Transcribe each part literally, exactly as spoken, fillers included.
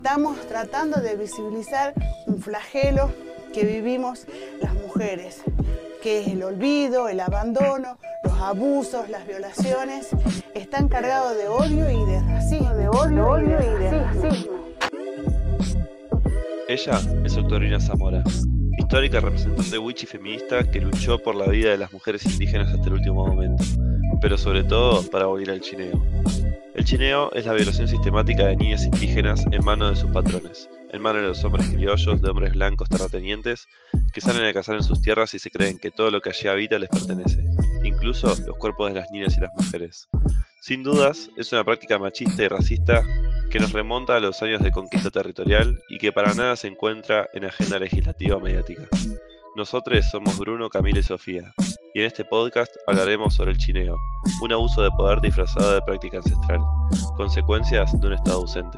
Estamos tratando de visibilizar un flagelo que vivimos las mujeres, que es el olvido, el abandono, los abusos, las violaciones. Están cargados de odio y de racismo, de odio, odio y de racismo. Ella es Octorina Zamora, histórica representante wichi feminista que luchó por la vida de las mujeres indígenas hasta el último momento, pero sobre todo para abolir el chineo. El chineo es la violación sistemática de niñas indígenas en manos de sus patrones, en manos de los hombres criollos, de hombres blancos terratenientes, que salen a cazar en sus tierras y se creen que todo lo que allí habita les pertenece, incluso los cuerpos de las niñas y las mujeres. Sin dudas, es una práctica machista y racista que nos remonta a los años de conquista territorial y que para nada se encuentra en agenda legislativa o mediática. Nosotros somos Bruno, Camila y Sofía, y en este podcast hablaremos sobre el chineo, un abuso de poder disfrazado de práctica ancestral, consecuencias de un Estado ausente.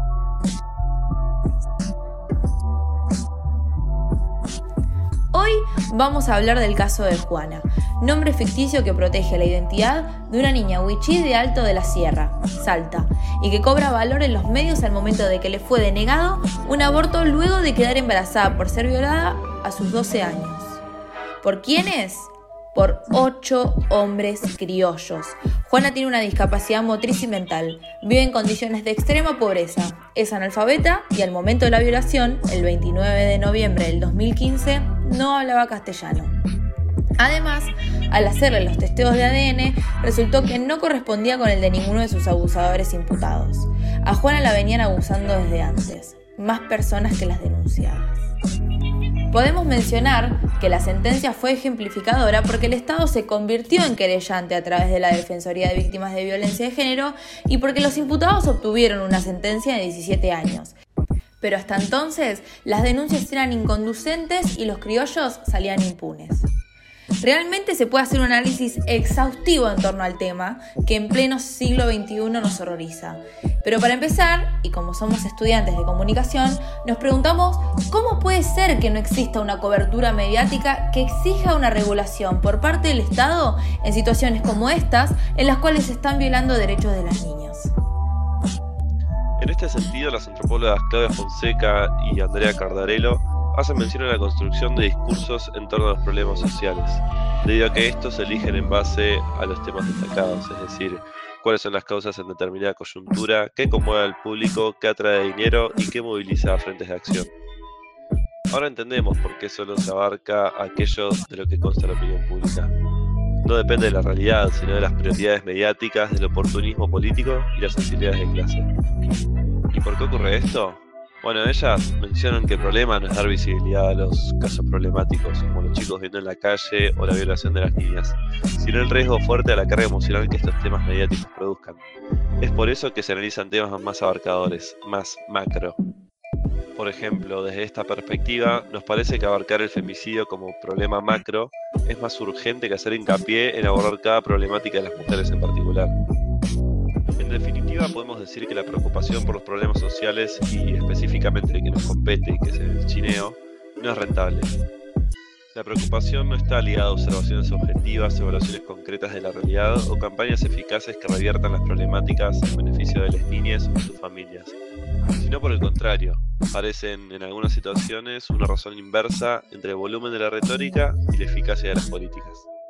Hoy vamos a hablar del caso de Juana, nombre ficticio que protege la identidad de una niña wichí de Alto de la Sierra, Salta, y que cobra valor en los medios al momento de que le fue denegado un aborto luego de quedar embarazada por ser violada a sus doce años. ¿Por quiénes? Por ocho hombres criollos. Juana tiene una discapacidad motriz y mental, vive en condiciones de extrema pobreza, es analfabeta y al momento de la violación, el veintinueve de noviembre del dos mil quince, no hablaba castellano. Además, al hacerle los testeos de A D N, resultó que no correspondía con el de ninguno de sus abusadores imputados. A Juana la venían abusando desde antes, más personas que las denunciadas. Podemos mencionar que la sentencia fue ejemplificadora porque el Estado se convirtió en querellante a través de la Defensoría de Víctimas de Violencia de Género y porque los imputados obtuvieron una sentencia de diecisiete años. Pero hasta entonces, las denuncias eran inconducentes y los criollos salían impunes. Realmente se puede hacer un análisis exhaustivo en torno al tema, que en pleno siglo veintiuno nos horroriza. Pero para empezar, y como somos estudiantes de comunicación, nos preguntamos cómo puede ser que no exista una cobertura mediática que exija una regulación por parte del Estado en situaciones como estas, en las cuales se están violando derechos de las niñas. En este sentido, las antropólogas Claudia Fonseca y Andrea Cardarello hacen mención a la construcción de discursos en torno a los problemas sociales, debido a que estos se eligen en base a los temas destacados, es decir, cuáles son las causas en determinada coyuntura, qué conmueve al público, qué atrae dinero y qué moviliza frentes de acción. Ahora entendemos por qué solo se abarca aquello de lo que consta la opinión pública. No depende de la realidad, sino de las prioridades mediáticas, del oportunismo político y las sensibilidades de clase. ¿Y por qué ocurre esto? Bueno, ellas mencionan que el problema no es dar visibilidad a los casos problemáticos, como los chicos viendo en la calle o la violación de las niñas, sino el riesgo fuerte a la carga emocional que estos temas mediáticos produzcan. Es por eso que se analizan temas más abarcadores, más macro. Por ejemplo, desde esta perspectiva, nos parece que abarcar el femicidio como problema macro es más urgente que hacer hincapié en abordar cada problemática de las mujeres en particular. En definitiva, podemos decir que la preocupación por los problemas sociales y específicamente el que nos compete, que es el chineo, no es rentable. La preocupación no está ligada a observaciones objetivas, evaluaciones concretas de la realidad o campañas eficaces que reviertan las problemáticas en beneficio de las niñas y sus familias, sino por el contrario, parecen en algunas situaciones una razón inversa entre el volumen de la retórica y la eficacia de las políticas.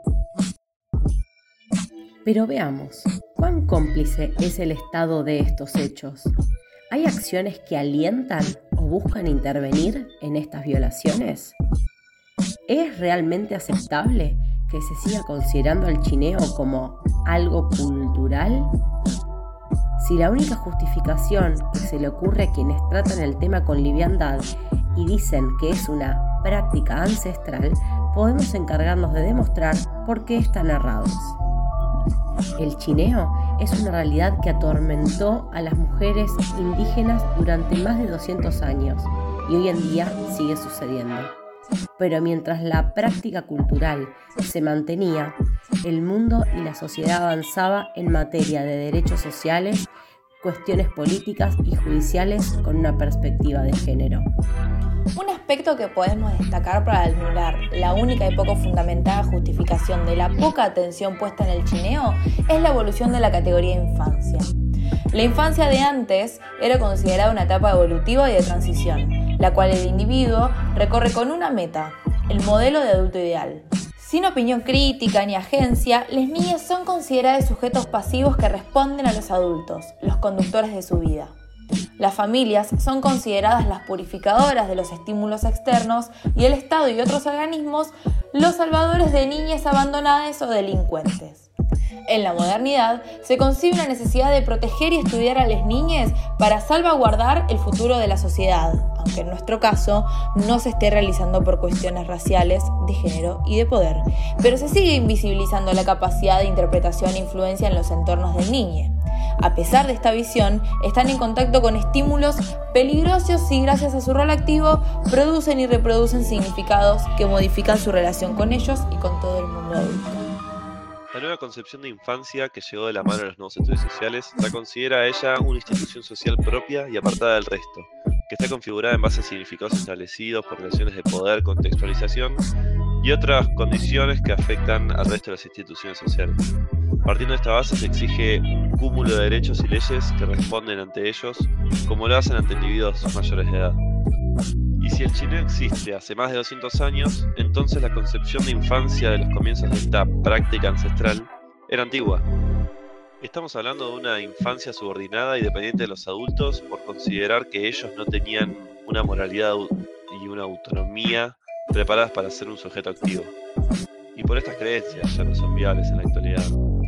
Pero veamos, ¿cuán cómplice es el Estado de estos hechos? ¿Hay acciones que alientan o buscan intervenir en estas violaciones? ¿Es realmente aceptable que se siga considerando el chineo como algo cultural? Si la única justificación que se le ocurre a quienes tratan el tema con liviandad y dicen que es una práctica ancestral, podemos encargarnos de demostrar por qué están errados. El chineo es una realidad que atormentó a las mujeres indígenas durante más de doscientos años y hoy en día sigue sucediendo. Pero mientras la práctica cultural se mantenía, el mundo y la sociedad avanzaba en materia de derechos sociales, cuestiones políticas y judiciales con una perspectiva de género. Un aspecto que podemos destacar para anular la única y poco fundamentada justificación de la poca atención puesta en el chineo es la evolución de la categoría infancia. La infancia de antes era considerada una etapa evolutiva y de transición, la cual el individuo recorre con una meta, el modelo de adulto ideal. Sin opinión crítica ni agencia, las niñas son consideradas sujetos pasivos que responden a los adultos, los conductores de su vida. Las familias son consideradas las purificadoras de los estímulos externos y el Estado y otros organismos los salvadores de niñas abandonadas o delincuentes. En la modernidad se concibe una necesidad de proteger y estudiar a las niñas para salvaguardar el futuro de la sociedad, aunque en nuestro caso no se esté realizando por cuestiones raciales, de género y de poder, pero se sigue invisibilizando la capacidad de interpretación e influencia en los entornos del niño. A pesar de esta visión, están en contacto con estímulos peligrosos y gracias a su rol activo producen y reproducen significados que modifican su relación con ellos y con todo el mundo adulto. La nueva concepción de infancia que llegó de la mano de los nuevos estudios sociales la considera a ella una institución social propia y apartada del resto, que está configurada en base a significados establecidos por relaciones de poder, contextualización y otras condiciones que afectan al resto de las instituciones sociales. Partiendo de esta base se exige un cúmulo de derechos y leyes que responden ante ellos como lo hacen ante individuos mayores de edad. Y si el chineo existe hace más de doscientos años, entonces la concepción de infancia de los comienzos de esta práctica ancestral era antigua. Estamos hablando de una infancia subordinada y dependiente de los adultos por considerar que ellos no tenían una moralidad y una autonomía preparadas para ser un sujeto activo. Y por estas creencias ya no son viables en la actualidad.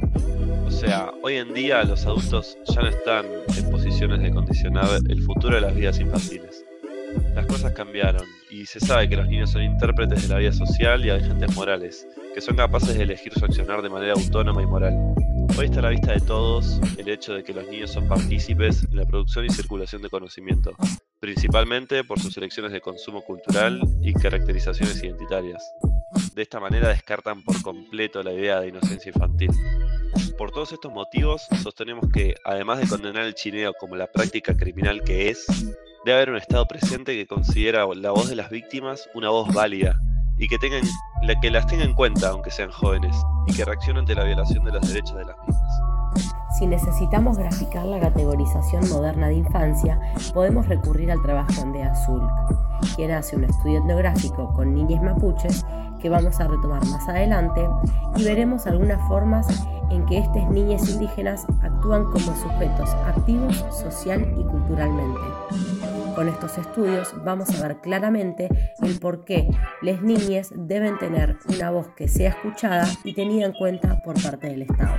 O sea, hoy en día los adultos ya no están en posiciones de condicionar el futuro de las vidas infantiles. Las cosas cambiaron y se sabe que los niños son intérpretes de la vida social y agentes morales, que son capaces de elegir su accionar de manera autónoma y moral. Hoy está a la vista de todos el hecho de que los niños son partícipes en la producción y circulación de conocimiento, principalmente por sus elecciones de consumo cultural y caracterizaciones identitarias. De esta manera descartan por completo la idea de inocencia infantil. Por todos estos motivos, sostenemos que, además de condenar el chineo como la práctica criminal que es, debe haber un Estado presente que considera la voz de las víctimas una voz válida y que, tengan, la, que las tenga en cuenta aunque sean jóvenes y que reaccione ante la violación de los derechos de las mismas. Si necesitamos graficar la categorización moderna de infancia, podemos recurrir al trabajo de Azulk, quien hace un estudio etnográfico con niñas mapuches que vamos a retomar más adelante y veremos algunas formas en que estas niñas indígenas actúan como sujetos activos social y culturalmente. Con estos estudios vamos a ver claramente el por qué las niñas deben tener una voz que sea escuchada y tenida en cuenta por parte del Estado.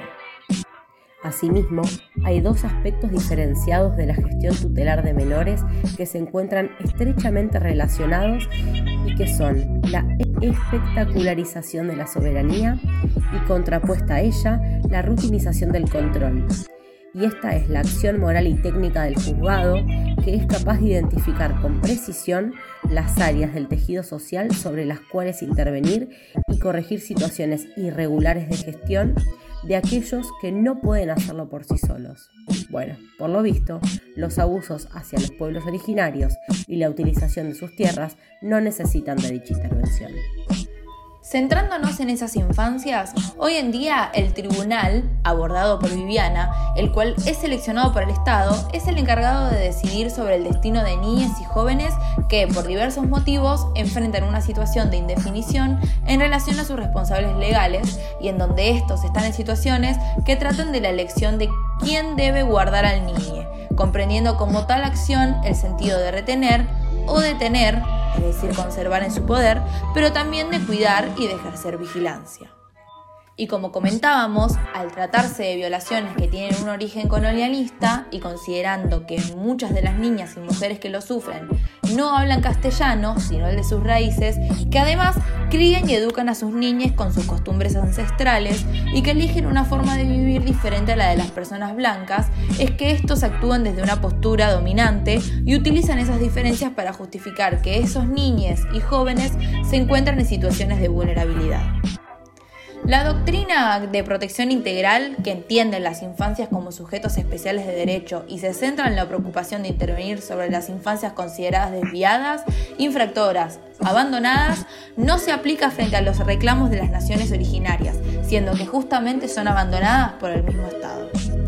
Asimismo, hay dos aspectos diferenciados de la gestión tutelar de menores que se encuentran estrechamente relacionados y que son la espectacularización de la soberanía y, contrapuesta a ella, la rutinización del control. Y esta es la acción moral y técnica del juzgado, que es capaz de identificar con precisión las áreas del tejido social sobre las cuales intervenir y corregir situaciones irregulares de gestión de aquellos que no pueden hacerlo por sí solos. Bueno, por lo visto, los abusos hacia los pueblos originarios y la utilización de sus tierras no necesitan de dicha intervención. Centrándonos en esas infancias, hoy en día el tribunal, abordado por Viviana, el cual es seleccionado por el Estado, es el encargado de decidir sobre el destino de niñas y jóvenes que, por diversos motivos, enfrentan una situación de indefinición en relación a sus responsables legales y en donde estos están en situaciones que tratan de la elección de quién debe guardar al niño, comprendiendo como tal acción el sentido de retener o detener, es decir, conservar en su poder, pero también de cuidar y de ejercer vigilancia. Y como comentábamos, al tratarse de violaciones que tienen un origen colonialista y considerando que muchas de las niñas y mujeres que lo sufren no hablan castellano, sino el de sus raíces, que además crían y educan a sus niñas con sus costumbres ancestrales y que eligen una forma de vivir diferente a la de las personas blancas, es que estos actúan desde una postura dominante y utilizan esas diferencias para justificar que esos niños y jóvenes se encuentran en situaciones de vulnerabilidad. La doctrina de protección integral, que entiende las infancias como sujetos especiales de derecho y se centra en la preocupación de intervenir sobre las infancias consideradas desviadas, infractoras, abandonadas, no se aplica frente a los reclamos de las naciones originarias, siendo que justamente son abandonadas por el mismo Estado. Y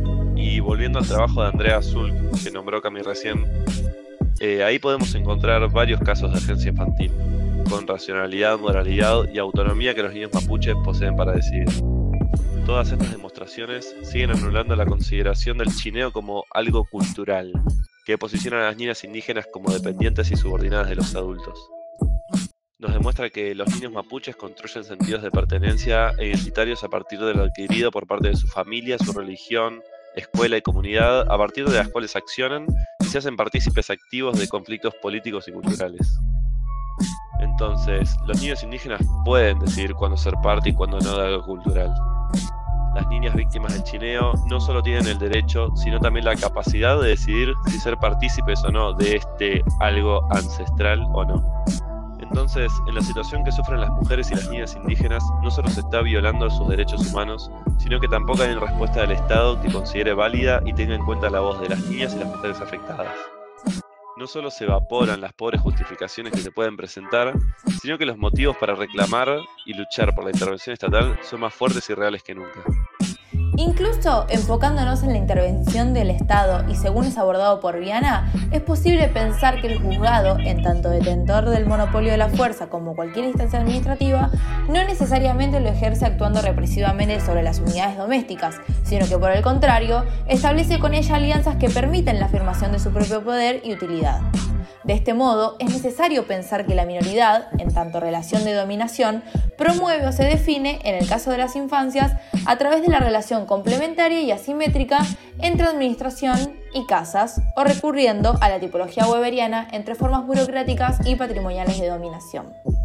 Y volviendo al trabajo de Andrea Zulk, que nombró Cami recién, eh, ahí podemos encontrar varios casos de agencia infantil, con racionalidad, moralidad y autonomía que los niños mapuches poseen para decidir. Todas estas demostraciones siguen anulando la consideración del chineo como algo cultural, que posiciona a las niñas indígenas como dependientes y subordinadas de los adultos. Nos demuestra que los niños mapuches construyen sentidos de pertenencia e identitarios a partir de lo adquirido por parte de su familia, su religión, escuela y comunidad, a partir de las cuales accionan y se hacen partícipes activos de conflictos políticos y culturales. Entonces, los niños indígenas pueden decidir cuándo ser parte y cuándo no de algo cultural. Las niñas víctimas del chineo no solo tienen el derecho, sino también la capacidad de decidir si ser partícipes o no de este algo ancestral o no. Entonces, en la situación que sufren las mujeres y las niñas indígenas, no solo se está violando sus derechos humanos, sino que tampoco hay respuesta del Estado que considere válida y tenga en cuenta la voz de las niñas y las mujeres afectadas. No solo se evaporan las pobres justificaciones que se pueden presentar, sino que los motivos para reclamar y luchar por la intervención estatal son más fuertes y reales que nunca. Incluso enfocándonos en la intervención del Estado y según es abordado por Viana, es posible pensar que el juzgado, en tanto detentor del monopolio de la fuerza como cualquier instancia administrativa, no necesariamente lo ejerce actuando represivamente sobre las unidades domésticas, sino que por el contrario, establece con ella alianzas que permiten la afirmación de su propio poder y utilidad. De este modo, es necesario pensar que la minoridad, en tanto relación de dominación, promueve o se define, en el caso de las infancias, a través de la relación complementaria y asimétrica entre administración y casas, o recurriendo a la tipología weberiana entre formas burocráticas y patrimoniales de dominación.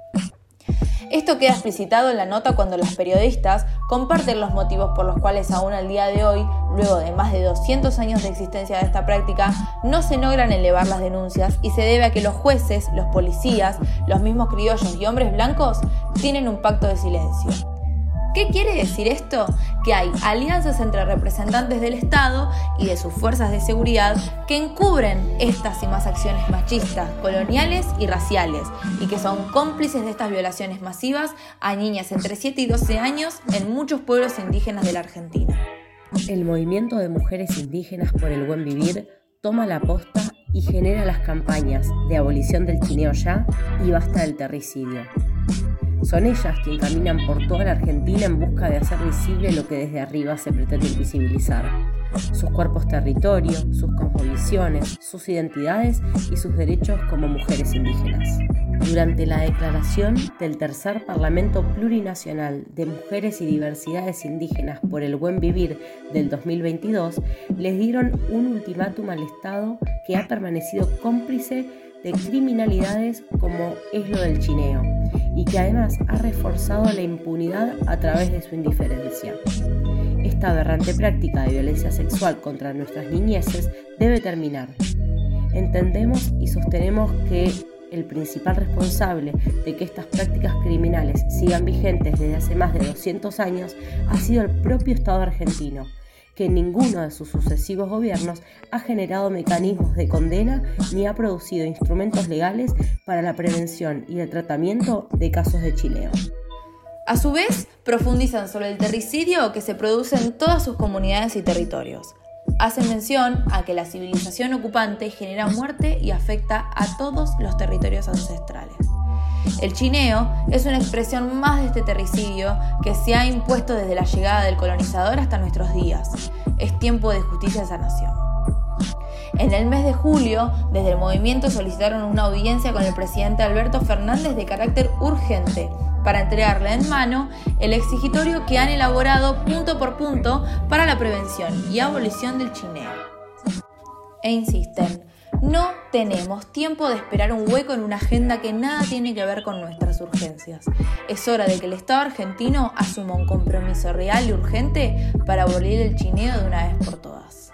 Esto queda explicitado en la nota cuando los periodistas comparten los motivos por los cuales aún al día de hoy, luego de más de doscientos años de existencia de esta práctica, no se logran elevar las denuncias y se debe a que los jueces, los policías, los mismos criollos y hombres blancos tienen un pacto de silencio. ¿Qué quiere decir esto? Que hay alianzas entre representantes del Estado y de sus fuerzas de seguridad que encubren estas y más acciones machistas, coloniales y raciales, y que son cómplices de estas violaciones masivas a niñas entre siete y doce años en muchos pueblos indígenas de la Argentina. El movimiento de mujeres indígenas por el buen vivir toma la posta y genera las campañas de abolición del chineo ya y basta del terricidio. Son ellas quienes caminan por toda la Argentina en busca de hacer visible lo que desde arriba se pretende invisibilizar. Sus cuerpos territorio, sus cosmovisiones, sus identidades y sus derechos como mujeres indígenas. Durante la declaración del Tercer Parlamento Plurinacional de Mujeres y Diversidades Indígenas por el Buen Vivir del dos mil veintidós, les dieron un ultimátum al Estado que ha permanecido cómplice de criminalidades como es lo del chineo y que además ha reforzado la impunidad a través de su indiferencia. Esta aberrante práctica de violencia sexual contra nuestras niñeces debe terminar. Entendemos y sostenemos que el principal responsable de que estas prácticas criminales sigan vigentes desde hace más de doscientos años ha sido el propio Estado argentino, que ninguno de sus sucesivos gobiernos ha generado mecanismos de condena ni ha producido instrumentos legales para la prevención y el tratamiento de casos de chineo. A su vez, profundizan sobre el terricidio que se produce en todas sus comunidades y territorios. Hacen mención a que la civilización ocupante genera muerte y afecta a todos los territorios ancestrales. El chineo es una expresión más de este terricidio que se ha impuesto desde la llegada del colonizador hasta nuestros días. Es tiempo de justicia y sanación. En el mes de julio, desde el movimiento solicitaron una audiencia con el presidente Alberto Fernández de carácter urgente para entregarle en mano el exigitorio que han elaborado punto por punto para la prevención y abolición del chineo. E insisten, no tenemos tiempo de esperar un hueco en una agenda que nada tiene que ver con nuestras urgencias. Es hora de que el Estado argentino asuma un compromiso real y urgente para abolir el chineo de una vez por todas.